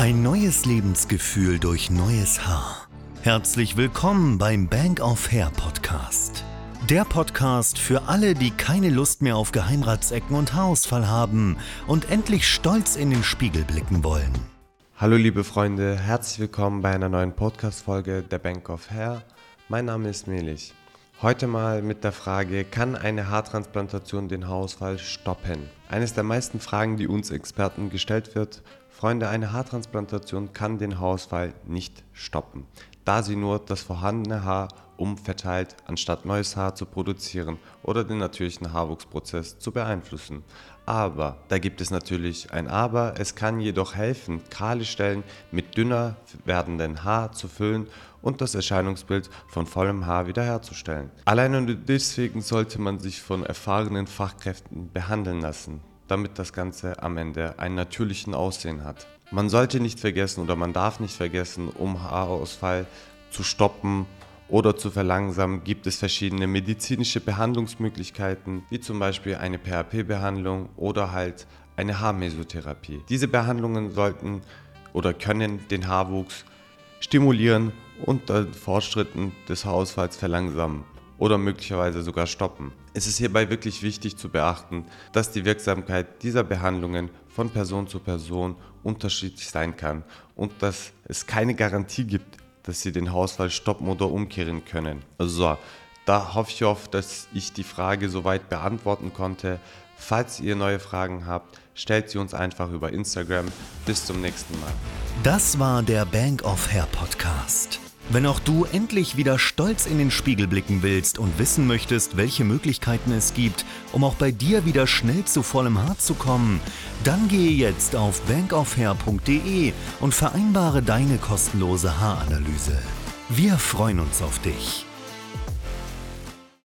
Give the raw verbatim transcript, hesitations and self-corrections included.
Ein neues Lebensgefühl durch neues Haar. Herzlich willkommen beim Bank of Hair Podcast. Der Podcast für alle, die keine Lust mehr auf Geheimratsecken und Haarausfall haben und endlich stolz in den Spiegel blicken wollen. Hallo liebe Freunde, herzlich willkommen bei einer neuen Podcast-Folge der Bank of Hair. Mein Name ist Melich. Heute mal mit der Frage, kann eine Haartransplantation den Haarausfall stoppen? Eines der meisten Fragen, die uns Experten gestellt wird: Freunde, eine Haartransplantation kann den Haarausfall nicht stoppen, da sie nur das vorhandene Haar umverteilt, anstatt neues Haar zu produzieren oder den natürlichen Haarwuchsprozess zu beeinflussen. Aber, da gibt es natürlich ein Aber, es kann jedoch helfen, kahle Stellen mit dünner werdendem Haar zu füllen und das Erscheinungsbild von vollem Haar wiederherzustellen. Allein und deswegen sollte man sich von erfahrenen Fachkräften behandeln lassen, damit das Ganze am Ende einen natürlichen Aussehen hat. Man sollte nicht vergessen oder man darf nicht vergessen, um Haarausfall zu stoppen oder zu verlangsamen, gibt es verschiedene medizinische Behandlungsmöglichkeiten, wie zum Beispiel eine P R P-Behandlung oder halt eine Haarmesotherapie. Diese Behandlungen sollten oder können den Haarwuchs stimulieren und den Fortschritten des Haarausfalls verlangsamen oder möglicherweise sogar stoppen. Es ist hierbei wirklich wichtig zu beachten, dass die Wirksamkeit dieser Behandlungen von Person zu Person unterschiedlich sein kann und dass es keine Garantie gibt, dass sie den Haarausfall stoppen oder umkehren können. So, da hoffe ich auf, dass ich die Frage soweit beantworten konnte. Falls ihr neue Fragen habt, stellt sie uns einfach über Instagram. Bis zum nächsten Mal. Das war der Bank of Hair Podcast. Wenn auch du endlich wieder stolz in den Spiegel blicken willst und wissen möchtest, welche Möglichkeiten es gibt, um auch bei dir wieder schnell zu vollem Haar zu kommen, dann gehe jetzt auf bank of hair punkt de und vereinbare deine kostenlose Haaranalyse. Wir freuen uns auf dich.